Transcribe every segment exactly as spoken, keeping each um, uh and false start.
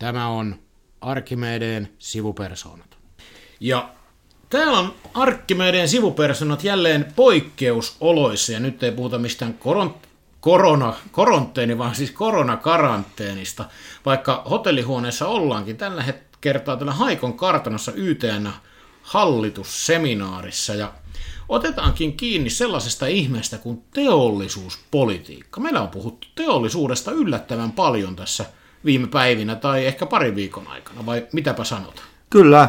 Tämä on Arkimedeen sivupersoonat. Ja täällä on Arkimedeen sivupersoonat jälleen poikkeusoloissa, ja nyt ei puhuta mistään koron, korona, koronteeni, vaan siis koronakaranteenista, vaikka hotellihuoneessa ollaankin tällä kertaa tällä Haikon kartanossa Y T N-hallitusseminaarissa, ja otetaankin kiinni sellaisesta ihmeestä kuin teollisuuspolitiikka. Meillä on puhuttu teollisuudesta yllättävän paljon tässä viime päivinä tai ehkä parin viikon aikana, vai mitäpä sanotaan? Kyllä,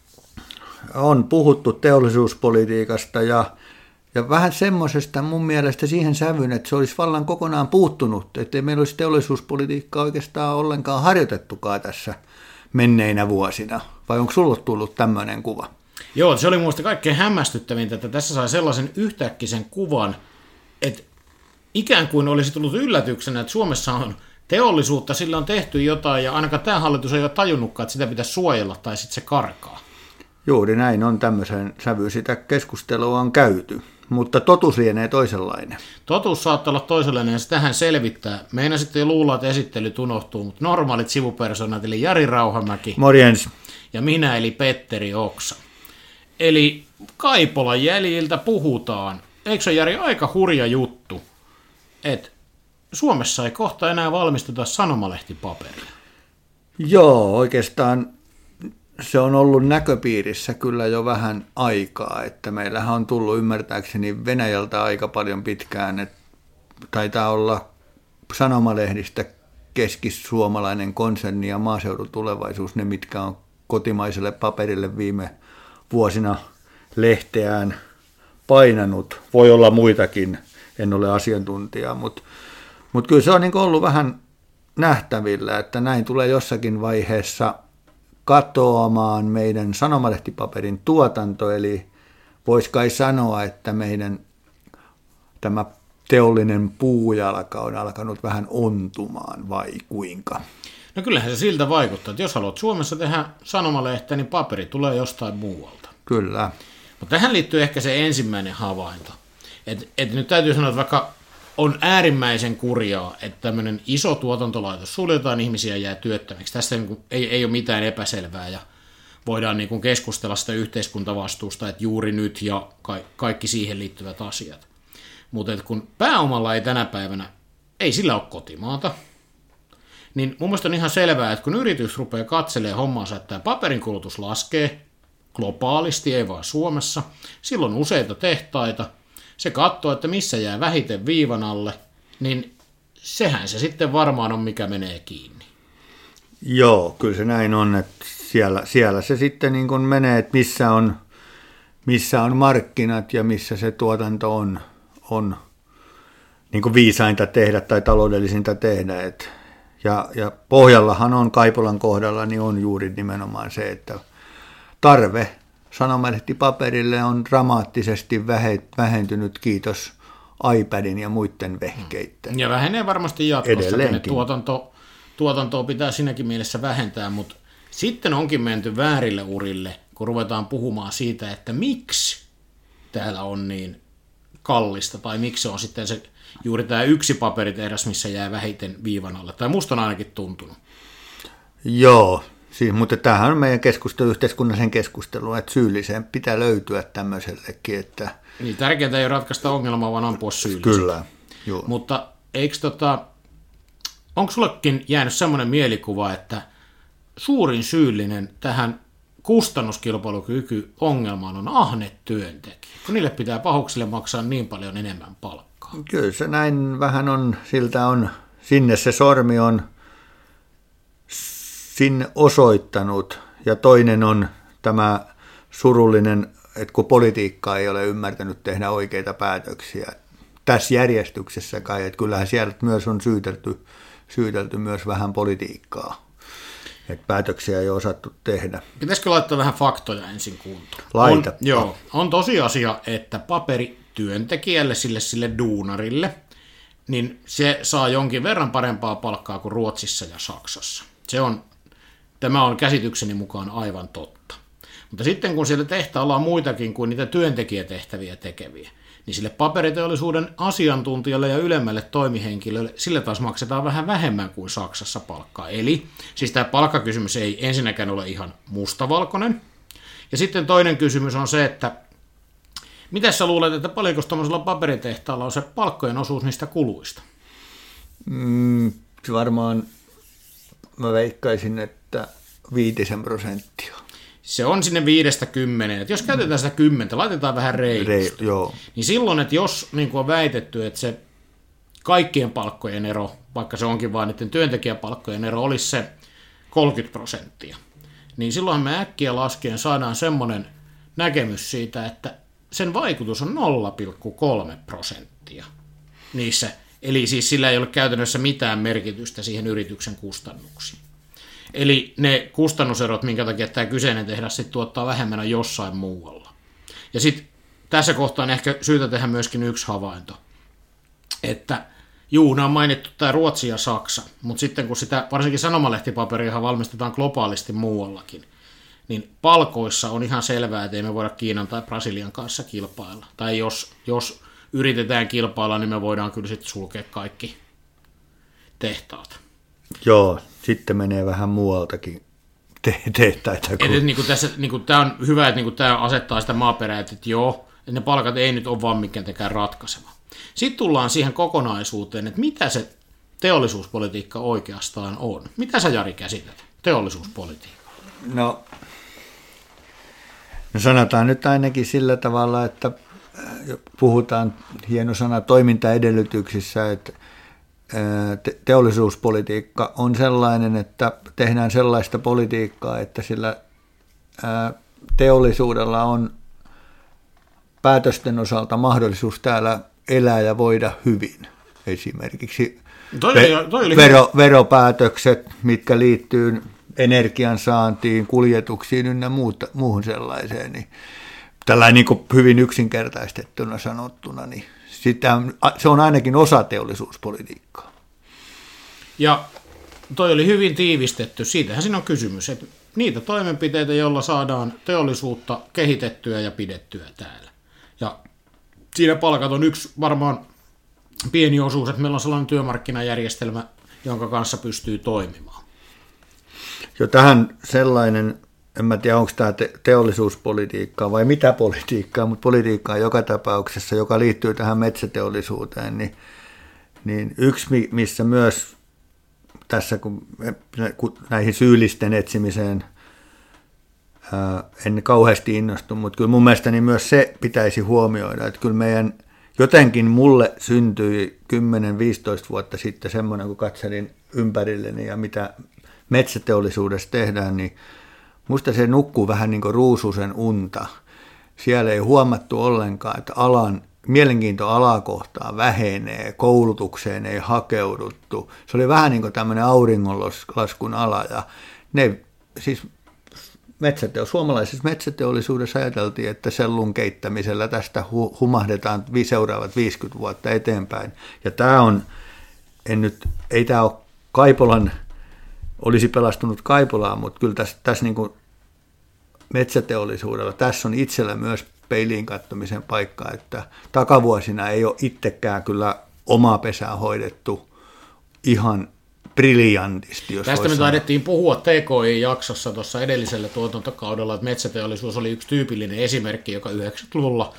on puhuttu teollisuuspolitiikasta ja, ja vähän semmoisesta mun mielestä siihen sävyyn, että se olisi vallan kokonaan puuttunut, ettei meillä olisi teollisuuspolitiikkaa oikeastaan ollenkaan harjoitettukaan tässä menneinä vuosina. Vai onko sulla tullut tämmöinen kuva? Joo, se oli minusta kaikkein hämmästyttävintä, että tässä sai sellaisen yhtäkkisen kuvan, että ikään kuin olisi tullut yllätyksenä, että Suomessa on teollisuutta, sillä on tehty jotain, ja ainakaan tämä hallitus ei ole tajunnutkaan, että sitä pitäisi suojella, tai sitten se karkaa. Juuri näin on, tämmöisen sävyyn sitä keskustelua on käyty, mutta totuus lienee toisenlainen. Totuus saattaa olla toisenlainen, ja se tähän selvittää. Meidän sitten jo luulla, että esittelyt unohtuu, mutta normaalit sivupersonat, eli Jari Rauhamäki. Morjens. Ja minä, eli Petteri Oksa. Eli Kaipolan jäljiltä puhutaan. Eikö se, Jari, aika hurja juttu, että Suomessa ei kohta enää valmisteta sanomalehtipaperia? Joo, oikeastaan se on ollut näköpiirissä kyllä jo vähän aikaa, että meillähän on tullut ymmärtääkseni Venäjältä aika paljon pitkään, että taitaa olla sanomalehdistä keskisuomalainen konserni ja maaseudun tulevaisuus, ne mitkä on kotimaiselle paperille viime vuosina lehteään painanut. Voi olla muitakin, en ole asiantuntija, mutta, mutta kyllä se on niin ollut vähän nähtävillä, että näin tulee jossakin vaiheessa katoamaan meidän sanomalehtipaperin tuotanto, eli voisi kai sanoa, että meidän tämä teollinen puujalka on alkanut vähän ontumaan, vai kuinka? No kyllähän se siltä vaikuttaa, että jos haluat Suomessa tehdä sanomalehteä, niin paperi tulee jostain muualta. Kyllä. Mutta tähän liittyy ehkä se ensimmäinen havainto. Että et nyt täytyy sanoa, että vaikka on äärimmäisen kurjaa, että tämmöinen iso tuotantolaitos suljetaan, ihmisiä jää työttömiksi. Tässä ei, ei ole mitään epäselvää ja voidaan niin kuin keskustella sitä yhteiskuntavastuusta, että juuri nyt ja ka- kaikki siihen liittyvät asiat. Mutta kun pääomalla ei tänä päivänä, ei sillä ole kotimaata, niin mun mielestä on ihan selvää, että kun yritys rupeaa katselemaan hommaansa, että tämä paperin kulutus laskee globaalisti, ei vaan Suomessa, silloin useita tehtaita, se katsoo, että missä jää vähiten viivan alle, niin sehän se sitten varmaan on, mikä menee kiinni. Joo, kyllä se näin on, että siellä, siellä se sitten niin kuin menee, että missä on, missä on markkinat ja missä se tuotanto on, on niin kuin viisainta tehdä tai taloudellisinta tehdä. Et, ja, ja pohjallahan on Kaipolan kohdalla, niin on juuri nimenomaan se, että tarve sanomalehtipaperille on dramaattisesti vähentynyt, kiitos iPadin ja muiden vehkeiden. Ja vähenee varmasti jatkossakin, että tuotanto, tuotantoa pitää siinäkin mielessä vähentää, mutta sitten onkin menty väärille urille, kun ruvetaan puhumaan siitä, että miksi täällä on niin kallista, tai miksi se on sitten se, juuri tämä yksi paperitehdas, missä jää vähiten viivan alle, tai musta on ainakin tuntunut. Joo. Siis, mutta tämähän on meidän keskustelu, yhteiskunnallisen keskustelu, että syylliseen pitää löytyä tämmöisellekin. Että niin, tärkeintä ei ole ratkaista ongelmaa, vaan ampua syylliset. Kyllä, joo. Mutta eikö tota, onko sullekin jäänyt semmoinen mielikuva, että suurin syyllinen tähän kustannuskilpailukyky-ongelmaan on ahne työntekijä, kun niille pitää pahuksille maksaa niin paljon enemmän palkkaa? Kyllä se näin vähän on, siltä on, sinne se sormi on sinne osoittanut, ja toinen on tämä surullinen, että kun politiikka ei ole ymmärtänyt tehdä oikeita päätöksiä tässä järjestyksessä kai, että kyllähän siellä myös on syytelty, syytelty myös vähän politiikkaa, että päätöksiä ei ole osattu tehdä. Pitäisikö laittaa vähän faktoja ensin kuntoon? Laita. On, joo, on tosiasia, että paperi työntekijälle, sille, sille duunarille, niin se saa jonkin verran parempaa palkkaa kuin Ruotsissa ja Saksassa. Se on Tämä on käsitykseni mukaan aivan totta. Mutta sitten kun siellä tehtaalla on muitakin kuin niitä työntekijätehtäviä tekeviä, niin sille paperiteollisuuden asiantuntijalle ja ylemmälle toimihenkilölle sille taas maksetaan vähän vähemmän kuin Saksassa palkkaa. Eli siis tämä palkkakysymys ei ensinnäkään ole ihan mustavalkoinen. Ja sitten toinen kysymys on se, että mitä sä luulet, että paljonko tuollaisella paperitehtaalla on se palkkojen osuus niistä kuluista? Mm, varmaan mä veikkaisin, että viitisen prosenttia. Se on sinne viidestä kymmeneen. Jos käytetään sitä kymmentä, laitetaan vähän reilusti. Reil, joo. Niin silloin, että jos niin kuin on väitetty, että se kaikkien palkkojen ero, vaikka se onkin vain niiden työntekijäpalkkojen ero, olisi se kolmekymmentä prosenttia, niin silloin me äkkiä laskien saadaan semmoinen näkemys siitä, että sen vaikutus on nolla pilkku kolme prosenttia niissä. Eli siis sillä ei ole käytännössä mitään merkitystä siihen yrityksen kustannuksiin. Eli ne kustannuserot, minkä takia tämä kyseinen tehdas sitten tuottaa vähemmän jossain muualla. Ja sitten tässä kohtaa on ehkä syytä tehdä myöskin yksi havainto, että juu, on mainittu tämä Ruotsi ja Saksa, mutta sitten kun sitä varsinkin sanomalehtipaperia valmistetaan globaalisti muuallakin, niin palkoissa on ihan selvää, että ei me voida Kiinan tai Brasilian kanssa kilpailla. Tai jos, jos yritetään kilpailla, niin me voidaan kyllä sitten sulkea kaikki tehtaat. Joo, sitten menee vähän muualtakin te- tehtaita. Kun... Eli, niin kuin tässä, niin kuin, tämä on hyvä, että niin kuin, tämä asettaa sitä maaperää, että joo, että ne palkat ei nyt ole vaan mikään ratkaiseva. Sitten tullaan siihen kokonaisuuteen, että mitä se teollisuuspolitiikka oikeastaan on. Mitä sä, Jari, käsität teollisuuspolitiikkaa? No, no sanotaan nyt ainakin sillä tavalla, että puhutaan hieno sana toimintaedellytyksissä, että teollisuuspolitiikka on sellainen, että tehdään sellaista politiikkaa, että sillä teollisuudella on päätösten osalta mahdollisuus täällä elää ja voida hyvin. Esimerkiksi toi oli, toi oli vero, veropäätökset, mitkä liittyy energiansaantiin, kuljetuksiin ynnä muuta, muuhun sellaiseen. Niin tällainen niin kuin hyvin yksinkertaistettuna sanottuna, niin sitä, se on ainakin osa teollisuuspolitiikkaa. Ja toi oli hyvin tiivistetty. Siitähän siinä on kysymys, että niitä toimenpiteitä, joilla saadaan teollisuutta kehitettyä ja pidettyä täällä. Ja siinä palkat on yksi varmaan pieni osuus, että meillä on sellainen työmarkkinajärjestelmä, jonka kanssa pystyy toimimaan. Jo tähän sellainen, en mä tiedä onko tämä teollisuuspolitiikkaa vai mitä politiikkaa, mutta politiikkaa joka tapauksessa, joka liittyy tähän metsäteollisuuteen, niin, niin yksi, missä myös tässä kun näihin syyllisten etsimiseen ää, en kauheasti innostu, mutta kyllä mun mielestäni myös se pitäisi huomioida, että kyllä meidän jotenkin mulle syntyi kymmenen viisitoista vuotta sitten semmoinen, kun katselin ympärilleni ja mitä metsäteollisuudessa tehdään, niin musta se nukkuu vähän niin kuin ruususen unta. Siellä ei huomattu ollenkaan, että alan, mielenkiinto alakohtaa vähenee, koulutukseen ei hakeuduttu. Se oli vähän niin kuin tämmöinen auringonlaskun ala. Ja ne, siis metsäteo, suomalaisessa metsäteollisuudessa ajateltiin, että sellun keittämisellä tästä hu, humahdetaan seuraavat viisikymmentä vuotta eteenpäin. Ja tämä on, en nyt, ei tämä ole Kaipolan, olisi pelastunut Kaipolaa, mutta kyllä tässä, tässä niin kuin metsäteollisuudella, tässä on itsellä myös peiliin katsomisen paikka, että takavuosina ei ole itsekään kyllä omaa pesää hoidettu ihan briljantisti. Jos tästä me taidettiin puhua T K I-jaksossa tuossa edellisellä tuotantokaudella, että metsäteollisuus oli yksi tyypillinen esimerkki, joka yhdeksänkymmentäluvulla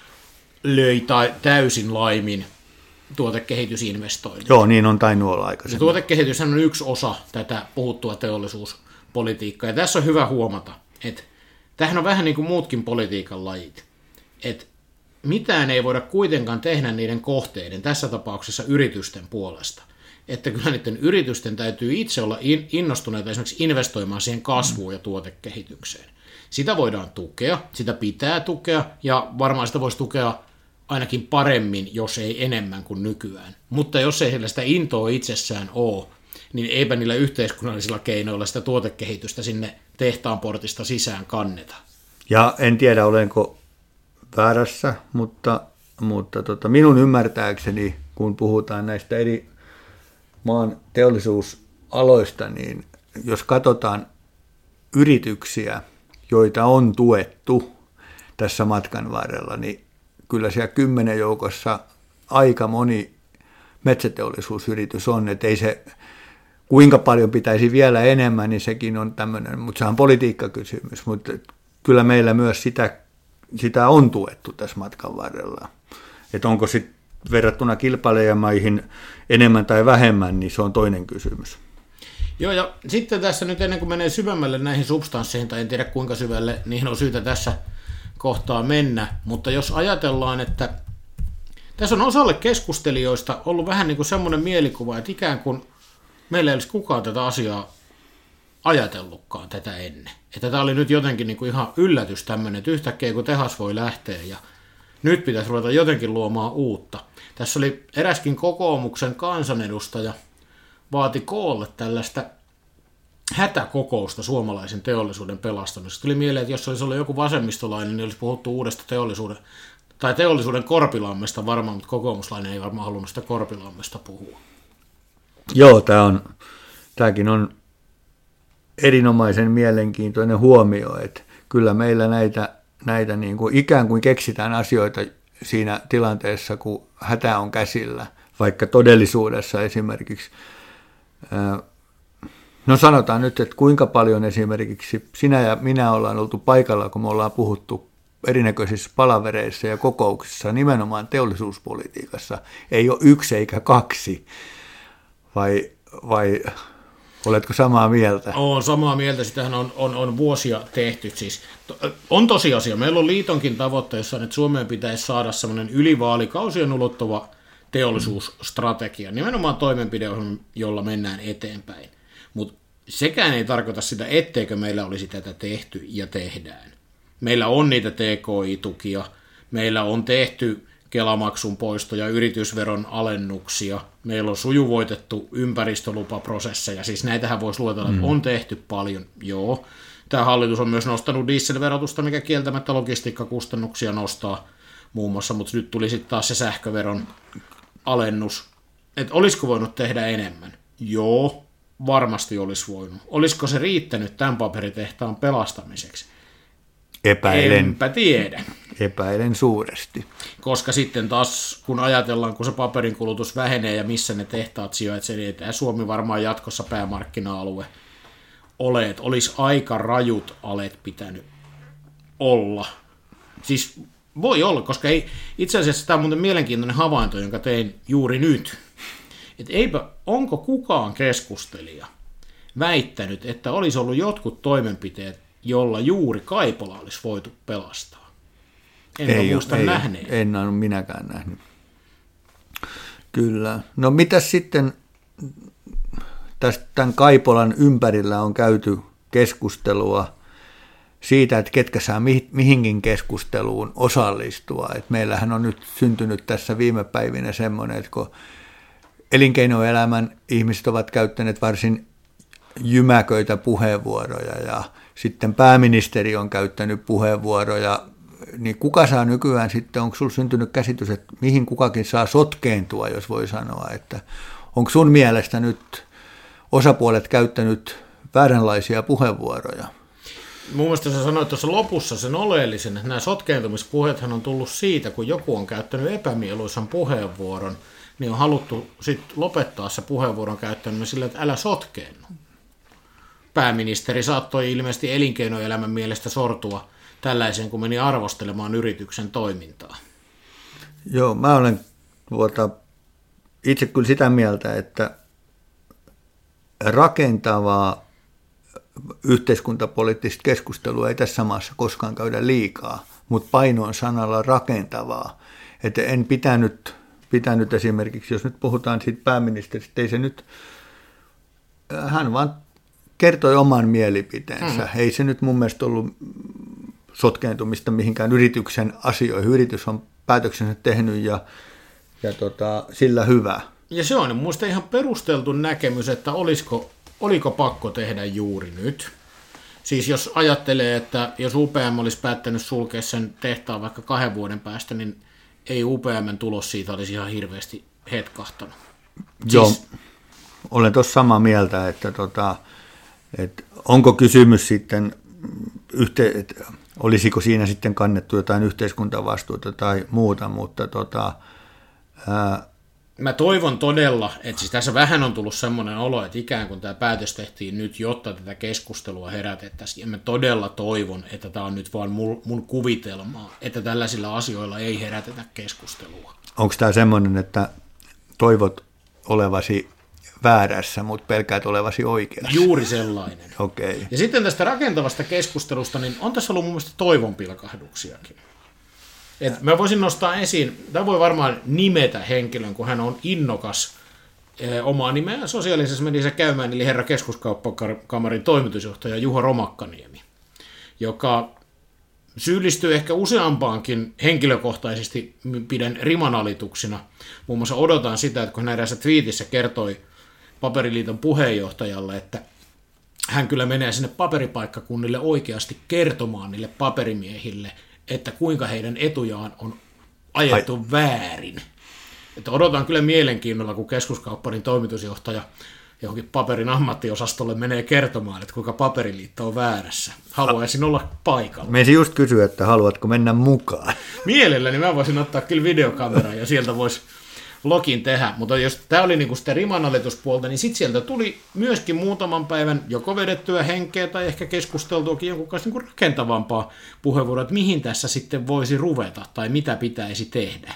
löi täysin laimin tuotekehitysinvestoinnit. Joo, niin on tainnut olla aikaisemmin. Tuotekehitys on yksi osa tätä puhuttua teollisuuspolitiikkaa, ja tässä on hyvä huomata, että tämähän on vähän niin kuin muutkin politiikan lajit, että mitään ei voida kuitenkaan tehdä niiden kohteiden, tässä tapauksessa yritysten puolesta, että kyllä niiden yritysten täytyy itse olla innostuneita esimerkiksi investoimaan siihen kasvuun ja tuotekehitykseen. Sitä voidaan tukea, sitä pitää tukea, ja varmaan sitä voisi tukea ainakin paremmin, jos ei enemmän kuin nykyään. Mutta jos ei sillä sitä intoa itsessään ole, niin eipä niillä yhteiskunnallisilla keinoilla sitä tuotekehitystä sinne tehtaan portista sisään kanneta. Ja en tiedä, olenko väärässä, mutta, mutta tota, minun ymmärtääkseni, kun puhutaan näistä eri maan teollisuusaloista, niin jos katsotaan yrityksiä, joita on tuettu tässä matkan varrella, niin kyllä siellä kymmenen joukossa aika moni metsäteollisuusyritys on, että ei se kuinka paljon pitäisi vielä enemmän, niin sekin on tämmöinen, mutta se on politiikkakysymys, mutta kyllä meillä myös sitä, sitä on tuettu tässä matkan varrella. Että onko sitten verrattuna kilpailijamaihin enemmän tai vähemmän, niin se on toinen kysymys. Joo, ja sitten tässä nyt ennen kuin menee syvemmälle näihin substansseihin, tai en tiedä kuinka syvälle, niihin on syytä tässä kohtaa mennä, mutta jos ajatellaan, että tässä on osalle keskustelijoista ollut vähän niin kuin semmoinen mielikuva, että ikään kuin meillä ei olisi kukaan tätä asiaa ajatellutkaan tätä ennen. Että tämä oli nyt jotenkin niin kuin ihan yllätys tämmöinen, että yhtäkkiä kun tehas voi lähteä ja nyt pitäisi ruveta jotenkin luomaan uutta. Tässä oli eräskin kokoomuksen kansanedustaja vaati koolle tällaista hätäkokousta suomalaisen teollisuuden pelastamiseksi. Tuli mieleen, että jos olisi ollut joku vasemmistolainen, niin olisi puhuttu uudesta teollisuuden, tai teollisuuden Korpilammesta varmaan, mutta kokoomuslainen ei varmaan halunnut sitä Korpilammesta puhua. Joo, tämä on, tämäkin on erinomaisen mielenkiintoinen huomio, että kyllä meillä näitä, näitä niin kuin ikään kuin keksitään asioita siinä tilanteessa, kun hätä on käsillä, vaikka todellisuudessa esimerkiksi, no sanotaan nyt, että kuinka paljon esimerkiksi sinä ja minä ollaan oltu paikalla, kun me ollaan puhuttu erinäköisissä palavereissa ja kokouksissa, nimenomaan teollisuuspolitiikassa, ei ole yksi eikä kaksi, vai, vai oletko samaa mieltä? Olen samaa mieltä, sitähän on, on, on vuosia tehty. Siis, on tosiasia, meillä on liitonkin tavoitteessa, että Suomeen pitäisi saada semmoinen yli vaalikausien ulottuva teollisuusstrategia, nimenomaan toimenpide, jolla mennään eteenpäin. Mutta sekään ei tarkoita sitä, etteikö meillä olisi tätä tehty ja tehdään. Meillä on niitä T K I-tukia, meillä on tehty Kelamaksun poistoja, yritysveron alennuksia, meillä on sujuvoitettu ympäristölupaprosesseja, siis näitähän voisi luetella, että on tehty paljon, joo. Tämä hallitus on myös nostanut dieselverotusta, mikä kieltämättä logistiikkakustannuksia nostaa muun muassa, mutta nyt tuli sitten taas se sähköveron alennus, että olisiko voinut tehdä enemmän? Joo, varmasti olisi voinut. Olisiko se riittänyt tämän paperitehtaan pelastamiseksi? Epäilen. Enpä tiedä. Epäilen suuresti. Koska sitten taas, kun ajatellaan, kun se paperin kulutus vähenee ja missä ne tehtaat sijoitsevat, niin tämä Suomi varmaan jatkossa päämarkkina-alue ole, että olisi aika rajut alet pitänyt olla. Siis voi olla, koska ei, itse asiassa tämä on muuten mielenkiintoinen havainto, jonka tein juuri nyt. Että eipä, onko kukaan keskustelija väittänyt, että olisi ollut jotkut toimenpiteet, jolla juuri Kaipola olisi voitu pelastaa? En ei muista ole, nähneen. Ei, en ole minäkään nähnyt. Kyllä. No mitäs sitten tästä tämän Kaipolan ympärillä on käyty keskustelua siitä, että ketkä saa mihinkin keskusteluun osallistua. Et meillähän on nyt syntynyt tässä viime päivinä semmoinen, että kun elinkeinoelämän ihmiset ovat käyttäneet varsin jymäköitä puheenvuoroja ja sitten pääministeri on käyttänyt puheenvuoroja, niin kuka saa nykyään sitten, onko sinulla syntynyt käsitys, että mihin kukakin saa sotkeentua, jos voi sanoa, että onko sun mielestä nyt osapuolet käyttänyt vääränlaisia puheenvuoroja? Mun mielestä sä sanoit tuossa lopussa sen oleellisen, että nämä sotkeentumispuheethan on tullut siitä, kun joku on käyttänyt epämieluisan puheenvuoron, niin on haluttu sitten lopettaa se puheenvuoron käyttäminen sillä, että älä sotkeennu. Pääministeri saattoi ilmeisesti elinkeinoelämän mielestä sortua tällaiseen, kun meni arvostelemaan yrityksen toimintaa. Joo, mä olen tuota, itse kyllä sitä mieltä, että rakentavaa yhteiskuntapoliittista keskustelua ei tässä maassa koskaan käydä liikaa, mutta paino on sanalla rakentavaa. Että en pitänyt, pitänyt esimerkiksi, jos nyt puhutaan siitä pääministeristä, ei se nyt, hän vaan kertoi oman mielipiteensä. Mm. Ei se nyt mun mielestä ollut sotkeentumista mihinkään yrityksen asioihin. Yritys on päätöksensä tehnyt ja, ja tota, sillä hyvä. Ja se on mun mielestä ihan perusteltu näkemys, että olisiko, oliko pakko tehdä juuri nyt. Siis jos ajattelee, että jos U P M olisi päättänyt sulkea sen tehtaan vaikka kahden vuoden päästä, niin ei U P M:n tulos siitä olisi ihan hirveästi hetkahtanut. Joo, siis, olen tuossa samaa mieltä, että, tota, että onko kysymys sitten yhte, olisiko siinä sitten kannettu jotain yhteiskuntavastuuta tai muuta, mutta tota, ää, mä toivon todella, että siis tässä vähän on tullut semmoinen olo, että ikään kuin tämä päätös tehtiin nyt, jotta tätä keskustelua herätettäisiin. Ja mä todella toivon, että tämä on nyt vaan mun, mun kuvitelmaa, että tällaisilla asioilla ei herätetä keskustelua. Onko tämä semmoinen, että toivot olevasi väärässä, mutta pelkäät olevasi oikeassa? Juuri sellainen. Okei. Okay. Ja sitten tästä rakentavasta keskustelusta, niin on tässä ollut mun mielestä toivonpilkahduksiakin. Et mä voisin nostaa esiin, tämä voi varmaan nimetä henkilön, kun hän on innokas eh, omaa nimeä sosiaalisessa mediassa käymään, eli herra Keskuskauppakamarin toimitusjohtaja Juho Romakkaniemi, joka syyllistyy ehkä useampaankin henkilökohtaisesti pidän rimanalituksina. Muun muassa odotan sitä, että kun hän eräässä twiitissä kertoi Paperiliiton puheenjohtajalle, että hän kyllä menee sinne paperipaikkakunnille oikeasti kertomaan niille paperimiehille, että kuinka heidän etujaan on ajettu Ai. väärin. Että odotan kyllä mielenkiinnolla, kun Keskuskaupparin toimitusjohtaja johonkin paperin ammattiosastolle menee kertomaan, että kuinka Paperiliitto on väärässä. Haluaisin olla paikalla. Meisin just kysyä, että haluatko mennä mukaan? Mielelläni mä voisin ottaa kyllä videokameran ja sieltä voisi login tehdä, mutta jos tämä oli niinku sitä rimanalituspuolta, niin sitten sieltä tuli myöskin muutaman päivän joko vedettyä henkeä tai ehkä keskusteltuakin jonkun kanssa niinku rakentavampaa puheenvuoroa, että mihin tässä sitten voisi ruveta tai mitä pitäisi tehdä.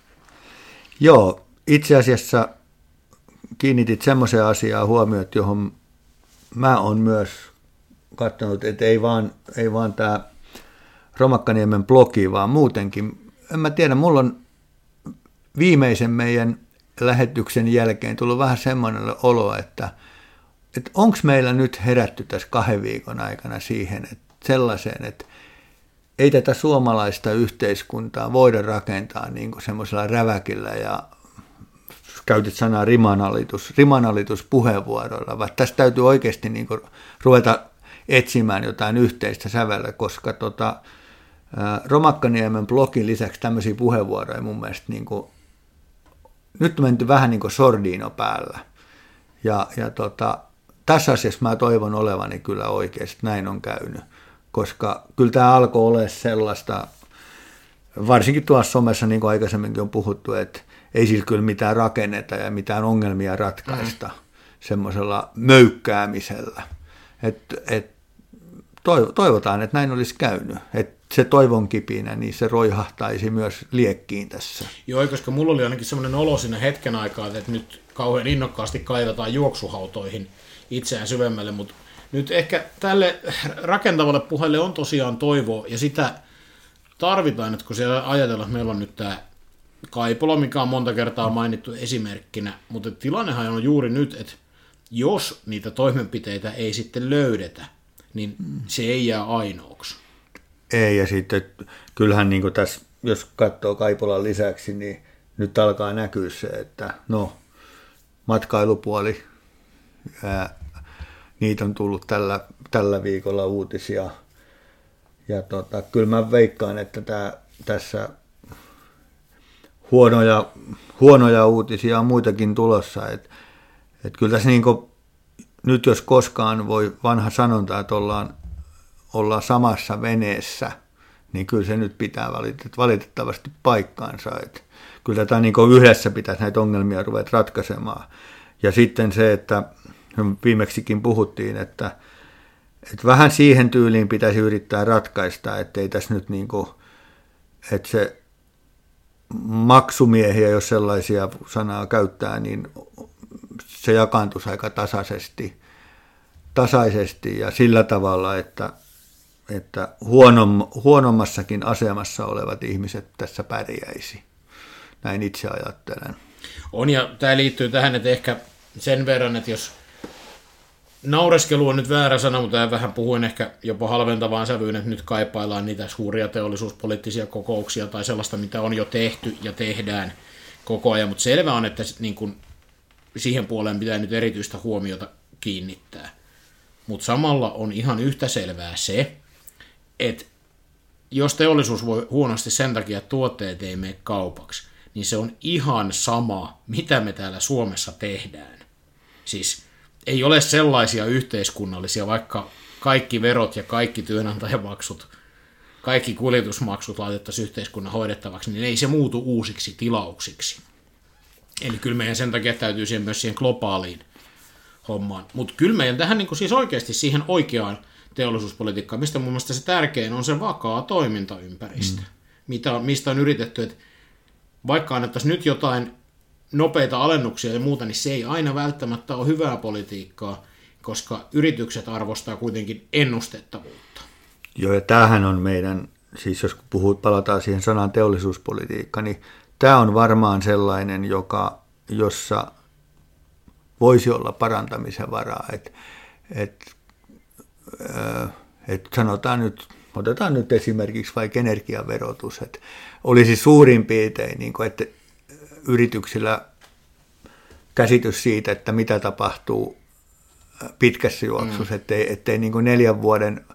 Joo, itse asiassa kiinnitit semmoiseen asiaan huomioon, johon mä oon myös katsonut, että ei vaan, ei vaan tämä Romakkaniemen blogi, vaan muutenkin. En mä tiedä, mulla on viimeisen meidän lähetyksen jälkeen tullut vähän semmoinen olo, että, että onko meillä nyt herätty tässä kahden viikon aikana siihen, että sellaiseen, että ei tätä suomalaista yhteiskuntaa voida rakentaa niin kuin semmoisella räväkillä ja käytit sanaa rimanalitus, rimanalituspuheenvuoroilla, vaan tässä täytyy oikeasti niin kuin ruveta etsimään jotain yhteistä sävellä, koska tota, Romakkaniemen blogin lisäksi tämmöisiä puheenvuoroja mun mielestä niin kuin, nyt on menty vähän niin kuin sordiino päällä. Ja, ja tota, tässä asiassa mä toivon olevani kyllä oikeasti, näin on käynyt, koska kyllä tämä alkoi olla sellaista, varsinkin tuossa somessa, niin kuin aikaisemminkin on puhuttu, että ei sillä kyllä mitään rakenneta ja mitään ongelmia ratkaista mm. semmoisella möykkäämisellä. Et, et, toivotaan, että näin olisi käynyt. Et se toivon kipinä, niin se roihahtaisi myös liekkiin tässä. Joo, koska mulla oli ainakin semmoinen olo siinä hetken aikaa, että nyt kauhean innokkaasti kaivataan juoksuhautoihin itseään syvemmälle, mutta nyt ehkä tälle rakentavalle puheelle on tosiaan toivoa, ja sitä tarvitaan, että kun siellä ajatellaan, että meillä on nyt tämä Kaipola, mikä on monta kertaa mainittu esimerkkinä, mutta tilannehan on juuri nyt, että jos niitä toimenpiteitä ei sitten löydetä, niin se ei jää ainoaksi. Ei, ja sitten kyllähän niin kuin tässä, jos katsoo Kaipolan lisäksi, niin nyt alkaa näkyä se, että no, matkailupuoli, ää, niitä on tullut tällä, tällä viikolla uutisia, ja tota, kyllä mä veikkaan, että tää, tässä huonoja, huonoja uutisia on muitakin tulossa, että et kyllä tässä niin kuin, nyt jos koskaan voi vanha sanonta, että ollaan, ollaan samassa veneessä, niin kyllä se nyt pitää valitettavasti paikkaansa. Että kyllä tätä niin kuin yhdessä pitäisi näitä ongelmia ruveta ratkaisemaan. Ja sitten se, että viimeksikin puhuttiin, että, että vähän siihen tyyliin pitäisi yrittää ratkaista, ettei tässä nyt niin kuin, että se maksumiehiä, jos sellaisia sanaa käyttää, niin se jakaantuisi aika tasaisesti, tasaisesti ja sillä tavalla, että, että huonom, huonommassakin asemassa olevat ihmiset tässä pärjäisi. Näin itse ajattelen. On, ja tämä liittyy tähän, että ehkä sen verran, että jos naureskelu on nyt väärä sana, mutta vähän puhuin ehkä jopa halventavaan sävyyn, että nyt kaipaillaan niitä suuria teollisuuspoliittisia kokouksia tai sellaista, mitä on jo tehty ja tehdään koko ajan, mutta selvä on, että niin kun siihen puoleen pitää nyt erityistä huomiota kiinnittää. Mutta samalla on ihan yhtä selvää se, että jos teollisuus voi huonosti sen takia, että tuotteet ei mene kaupaksi, niin se on ihan sama, mitä me täällä Suomessa tehdään. Siis ei ole sellaisia yhteiskunnallisia, vaikka kaikki verot ja kaikki työnantajamaksut, kaikki kuljetusmaksut laitettaisiin yhteiskunnan hoidettavaksi, niin ei se muutu uusiksi tilauksiksi. Eli kyllä meidän sen takia täytyy siihen myös siihen globaaliin hommaan. Mutta kyllä meidän tähän niin kuin siis oikeasti siihen oikeaan teollisuuspolitiikkaan, mistä mun mielestä se tärkein on se vakaa toimintaympäristö, mm. mitä on, mistä on yritetty, että vaikka annettaisiin nyt jotain nopeita alennuksia ja muuta, niin se ei aina välttämättä ole hyvää politiikkaa, koska yritykset arvostaa kuitenkin ennustettavuutta. Joo, ja tämähän on meidän, siis jos puhut, palataan siihen sanaan teollisuuspolitiikka, niin tämä on varmaan sellainen, joka, jossa voisi olla parantamisen varaa, että et, et sanotaan nyt, otetaan nyt esimerkiksi vaikka energiaverotus, että olisi suurin piirtein, niin kuin, että yrityksillä käsitys siitä, että mitä tapahtuu pitkässä juoksussa, mm. ettei, ettei niin kuin neljän, vuoden,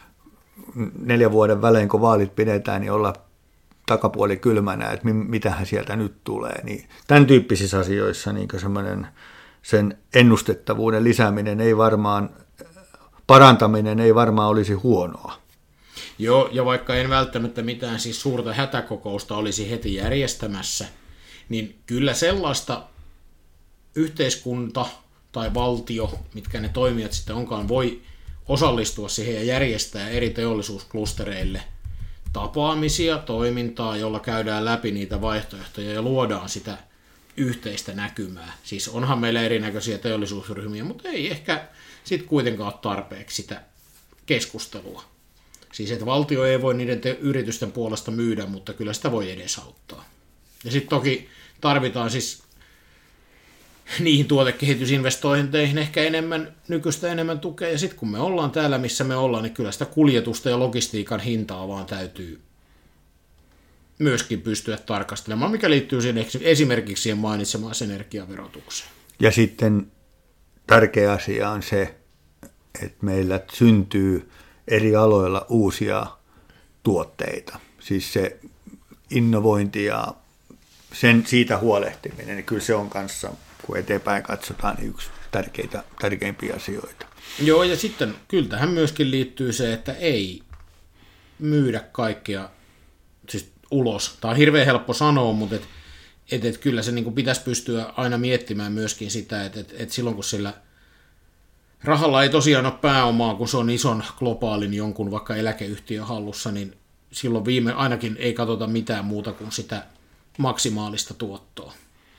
neljän vuoden välein, kun vaalit pidetään, niin olla takapuoli kylmänä, että mitähän sieltä nyt tulee. Niin tämän tyyppisissä asioissa niin semmoinen sen ennustettavuuden lisääminen ei varmaan, parantaminen ei varmaan olisi huonoa. Joo, ja vaikka en välttämättä mitään siis suurta hätäkokousta olisi heti järjestämässä, niin kyllä sellaista yhteiskunta tai valtio, mitkä ne toimijat sitten onkaan, voi osallistua siihen ja järjestää eri teollisuusklustereille tapaamisia, toimintaa, jolla käydään läpi niitä vaihtoehtoja ja luodaan sitä yhteistä näkymää. Siis onhan meillä erinäköisiä teollisuusryhmiä, mutta ei ehkä sitten kuitenkaan ole tarpeeksi sitä keskustelua. Siis että valtio ei voi niiden te- yritysten puolesta myydä, mutta kyllä sitä voi edesauttaa. Ja sitten toki tarvitaan siis niihin tuotekehitysinvestointeihin ehkä enemmän, nykyistä enemmän tukea. Ja sitten kun me ollaan täällä, missä me ollaan, niin kyllä sitä kuljetusta ja logistiikan hintaa vaan täytyy myöskin pystyä tarkastelemaan, mikä liittyy siihen esimerkiksi siihen mainitsemaan energiaverotukseen. Ja sitten tärkeä asia on se, että meillä syntyy eri aloilla uusia tuotteita. Siis se innovointi ja sen, siitä huolehtiminen, niin kyllä se on kanssa, kun eteenpäin katsotaan, niin yksi tärkeitä, tärkeimpiä asioita. Joo, ja sitten kyllä tähän myöskin liittyy se, että ei myydä kaikkea siis ulos. Tämä on hirveän helppo sanoa, mutta et, et, et kyllä se niin kuin pitäisi pystyä aina miettimään myöskin sitä, että et, et silloin kun sillä rahalla ei tosiaan ole pääomaa, kun se on ison globaalin jonkun vaikka eläkeyhtiön hallussa, niin silloin viime ainakin ei katsota mitään muuta kuin sitä maksimaalista tuottoa.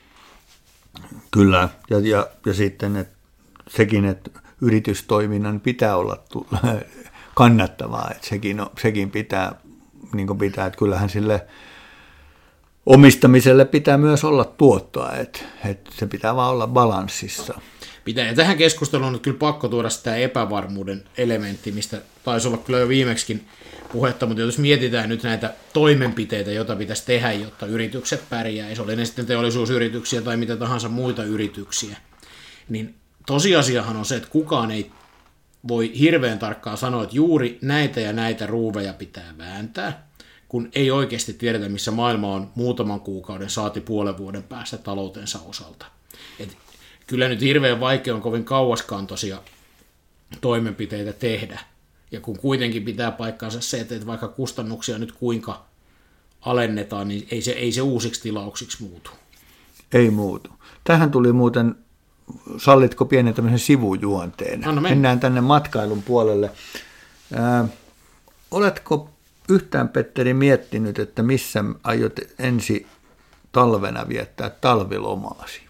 Kyllä, ja, ja, ja sitten että sekin, että yritystoiminnan pitää olla kannattavaa, että sekin, on, sekin pitää, niin kuin pitää, että kyllähän sille omistamiselle pitää myös olla tuottoa, että, että se pitää vaan olla balanssissa. Pitää, ja tähän keskusteluun on nyt kyllä pakko tuoda sitä epävarmuuden elementti, mistä taisi olla kyllä jo viimeksikin puhetta, mutta jos mietitään nyt näitä toimenpiteitä, joita pitäisi tehdä, jotta yritykset pärjää, ei se ole ne sitten teollisuusyrityksiä tai mitä tahansa muita yrityksiä, niin tosiasiahan on se, että kukaan ei voi hirveän tarkkaan sanoa, että juuri näitä ja näitä ruuveja pitää vääntää, kun ei oikeasti tiedetä, missä maailma on muutaman kuukauden saati puolen vuoden päästä taloutensa osalta. Et kyllä nyt hirveän vaikea on kovin kauaskantoisia toimenpiteitä tehdä. Ja kun kuitenkin pitää paikkaansa se, että vaikka kustannuksia nyt kuinka alennetaan, niin ei se, ei se uusiksi tilauksiksi muutu. Ei muutu. Tähän tuli muuten, sallitko pienen tämmöisen sivujuonteen? Anna mennä. Mennään tänne matkailun puolelle. Ää, oletko yhtään, Petteri, miettinyt, että missä aiot ensi talvena viettää talvilomaasi?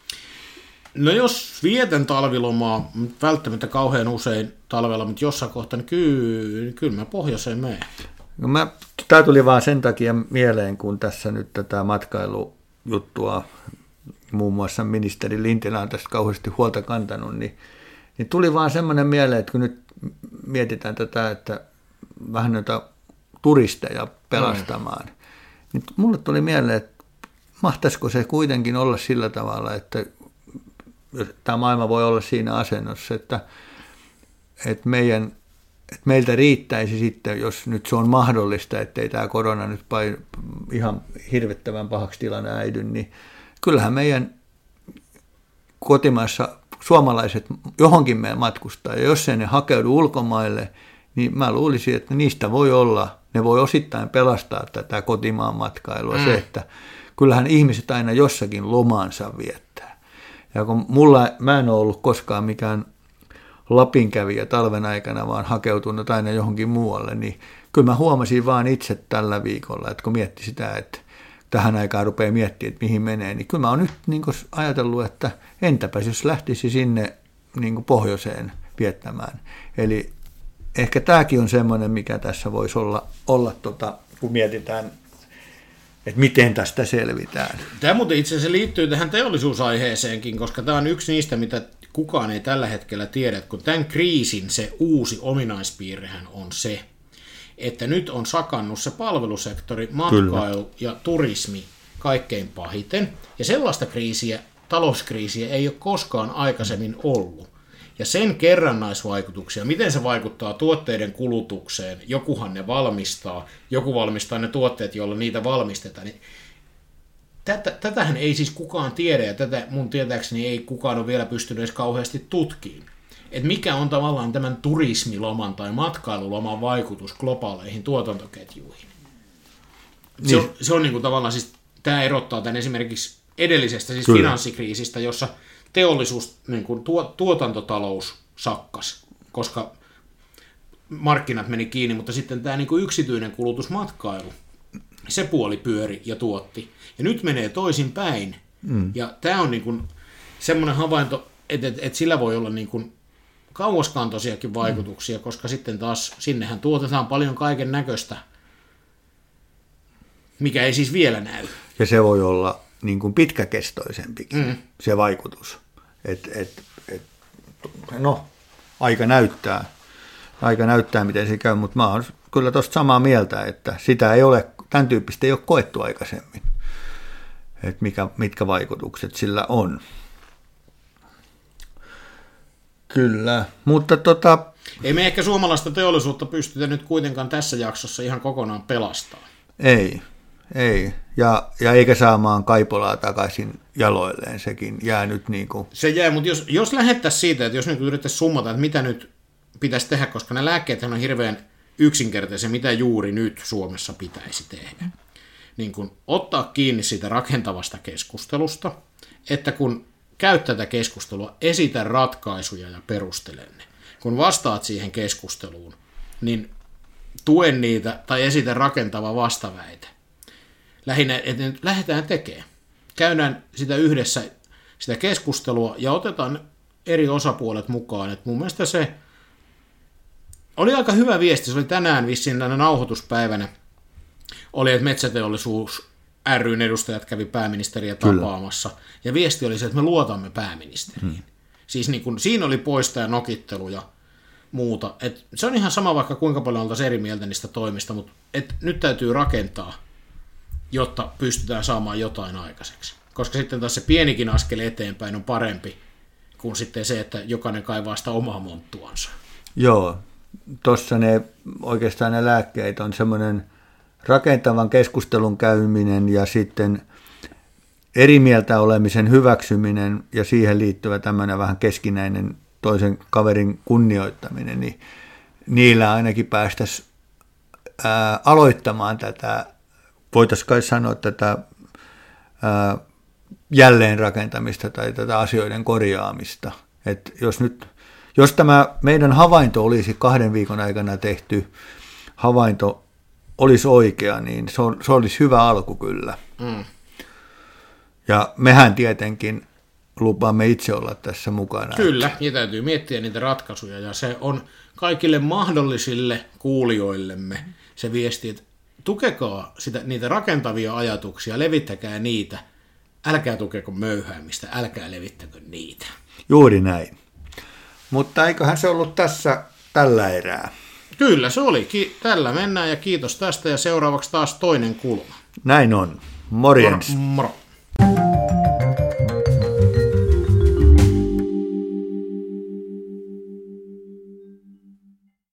No jos vietän talvilomaa, välttämättä kauhean usein talvella, mutta jossain kohtaa, niin kyllä, kyllä mä pohjoiseen menen. No mä, tämä tuli vaan sen takia mieleen, kun tässä nyt tätä matkailujuttua, muun muassa ministeri Lintilä on tästä kauheasti huolta kantanut, niin, niin tuli vaan semmoinen mieleen, että kun nyt mietitään tätä, että vähän noita turisteja pelastamaan, mm. niin mulle tuli mieleen, että mahtaisiko se kuitenkin olla sillä tavalla, että tämä maailma voi olla siinä asennossa, että, että, meidän, että meiltä riittäisi sitten, jos nyt se on mahdollista, ettei tämä korona nyt pain, ihan hirvittävän pahaksi tilanne äidy, niin kyllähän meidän kotimaassa suomalaiset johonkin meidän matkustaa, ja jos ei ne hakeudu ulkomaille, niin mä luulisin, että niistä voi olla, ne voi osittain pelastaa tätä kotimaan matkailua, mm. se, että kyllähän ihmiset aina jossakin lomansa viettää. Ja kun mulla, mä en ole ollut koskaan mikään Lapin kävijä talven aikana, vaan hakeutunut aina johonkin muualle, niin kyllä mä huomasin vaan itse tällä viikolla, että kun mietti sitä, että tähän aikaan rupeaa miettimään, että mihin menee, niin kyllä mä oon nyt niin kuin ajatellut, että entäpä jos lähtisi sinne niin kuin pohjoiseen viettämään. Eli ehkä tämäkin on semmoinen, mikä tässä voisi olla, olla tota, kun mietitään, että miten tästä selvitään. Tämä muuten itse asiassa liittyy tähän teollisuusaiheeseenkin, koska tämä on yksi niistä, mitä kukaan ei tällä hetkellä tiedä, kun tämän kriisin se uusi ominaispiirrehän on se, että nyt on sakannut se palvelusektori, matkailu Kyllä. ja turismi kaikkein pahiten, ja sellaista kriisiä, talouskriisiä ei ole koskaan aikaisemmin ollut. Ja sen kerrannaisvaikutuksia, miten se vaikuttaa tuotteiden kulutukseen, jokuhan ne valmistaa, joku valmistaa ne tuotteet, joilla niitä valmistetaan, niin tätä, tätähän ei siis kukaan tiedä, ja tätä mun tietääkseni ei kukaan ole vielä pystynyt edes kauheasti tutkimaan. Että mikä on tavallaan tämän turismiloman tai matkailuloman vaikutus globaaleihin tuotantoketjuihin. Niin. Se on, se on niin kuin tavallaan, siis tämä erottaa tämän esimerkiksi edellisestä siis Kyllä. finanssikriisistä, jossa teollisuus, niin kuin tuo, tuotantotalous sakkas, koska markkinat meni kiinni, mutta sitten tämä niin kuin yksityinen kulutusmatkailu, se puoli pyöri ja tuotti. Ja nyt menee toisin päin. Mm. Ja tämä on niin kuin semmoinen havainto, että, että, että sillä voi olla niin kuin kauaskantoisiakin vaikutuksia, mm. koska sitten taas sinnehän tuotetaan paljon kaiken näköistä, mikä ei siis vielä näy. Ja se voi olla niin kuin pitkäkestoisempikin mm. se vaikutus. Et, et, et, no, aika näyttää, aika näyttää, miten se käy, mutta mä oon kyllä tuosta samaa mieltä, että sitä ei ole, tämän tyyppistä ei ole koettu aikaisemmin, että mikä, mitkä vaikutukset sillä on. Kyllä, mutta tota... Ei me ehkä suomalaista teollisuutta pystytä nyt kuitenkaan tässä jaksossa ihan kokonaan pelastamaan. Ei, ei. Ja, ja eikä saamaan Kaipolaa takaisin jaloilleen, sekin jää nyt niin kuin... Se jää, mutta jos, jos lähettäisiin siitä, että jos nyt yrittäisiin summata, että mitä nyt pitäisi tehdä, koska ne lääkkeethän on hirveän yksinkertaisia, mitä juuri nyt Suomessa pitäisi tehdä. Niin kun ottaa kiinni siitä rakentavasta keskustelusta, että kun käyt tätä keskustelua, esitä ratkaisuja ja perustele ne. Kun vastaat siihen keskusteluun, niin tuen niitä tai esitä rakentava vastaväite. Lähinnä, että nyt lähdetään tekemään. Käydään sitä yhdessä, sitä keskustelua ja otetaan eri osapuolet mukaan. Et mun mielestä se oli aika hyvä viesti. Se oli tänään vissiin tänä nauhoituspäivänä. Oli, että Metsäteollisuus ry:n edustajat kävi pääministeriä tapaamassa. Kyllä. Ja viesti oli se, että me luotamme pääministeriin. Hmm. Siis niin kun, siinä oli poista ja nokittelu ja muuta. Et se on ihan sama, vaikka kuinka paljon oltaisiin eri mieltä niistä toimista, mutta et nyt täytyy rakentaa, jotta pystytään saamaan jotain aikaiseksi. Koska sitten taas se pienikin askel eteenpäin on parempi kuin sitten se, että jokainen kaivaa sitä omaa monttuansa. Joo, tuossa ne oikeastaan ne lääkkeet on semmoinen rakentavan keskustelun käyminen ja sitten eri mieltä olemisen hyväksyminen ja siihen liittyvä tämmöinen vähän keskinäinen toisen kaverin kunnioittaminen, niin niillä ainakin päästäisiin ää, aloittamaan tätä, voitaisiin kai sanoa tätä ää, jälleenrakentamista tai tätä asioiden korjaamista. Et jos, nyt, jos tämä meidän havainto olisi kahden viikon aikana tehty havainto olisi oikea, niin se, on, se olisi hyvä alku kyllä. Mm. Ja mehän tietenkin lupaamme itse olla tässä mukana. Kyllä, ja täytyy miettiä niitä ratkaisuja, ja se on kaikille mahdollisille kuulijoillemme se viesti, että tukekaa sitä, niitä rakentavia ajatuksia, levittäkää niitä, älkää tukeko möyhäämistä, älkää levittäkö niitä. Juuri näin. Mutta eiköhän se ollut tässä tällä erää. Kyllä se oli. Ki- tällä mennään ja kiitos tästä ja seuraavaksi taas toinen kulma. Näin on. Morjens. Moro. Moro.